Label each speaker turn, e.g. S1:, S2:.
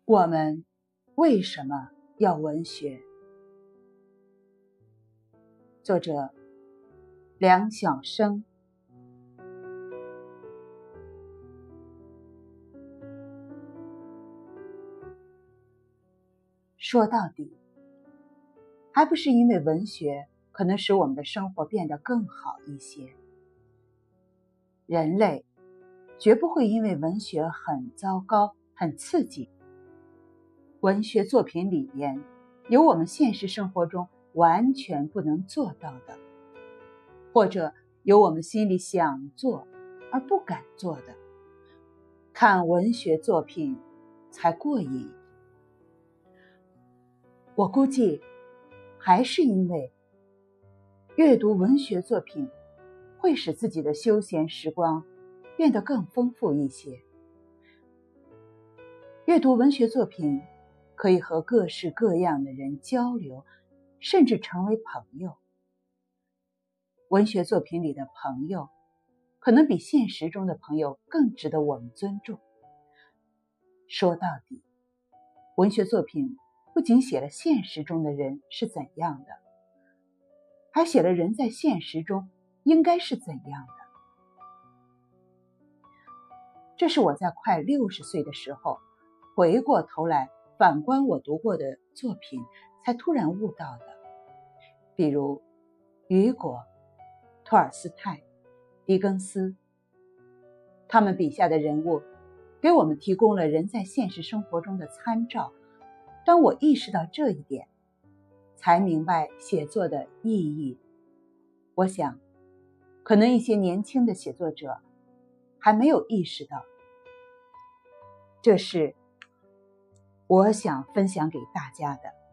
S1: 我们为什么要文学？作者梁晓声。说到底，还不是因为文学可能使我们的生活变得更好一些。人类绝不会因为文学很糟糕、很刺激，文学作品里面有我们现实生活中完全不能做到的，或者有我们心里想做而不敢做的。看文学作品才过瘾。我估计还是因为阅读文学作品会使自己的休闲时光变得更丰富一些。阅读文学作品可以和各式各样的人交流，甚至成为朋友。文学作品里的朋友可能比现实中的朋友更值得我们尊重。说到底，文学作品不仅写了现实中的人是怎样的，还写了人在现实中应该是怎样的。这是我在快60岁的时候回过头来反观我读过的作品才突然悟到的。比如雨果、托尔斯泰、狄更斯，他们笔下的人物给我们提供了人在现实生活中的参照。当我意识到这一点，才明白写作的意义。我想，可能一些年轻的写作者还没有意识到，这是我想分享给大家的。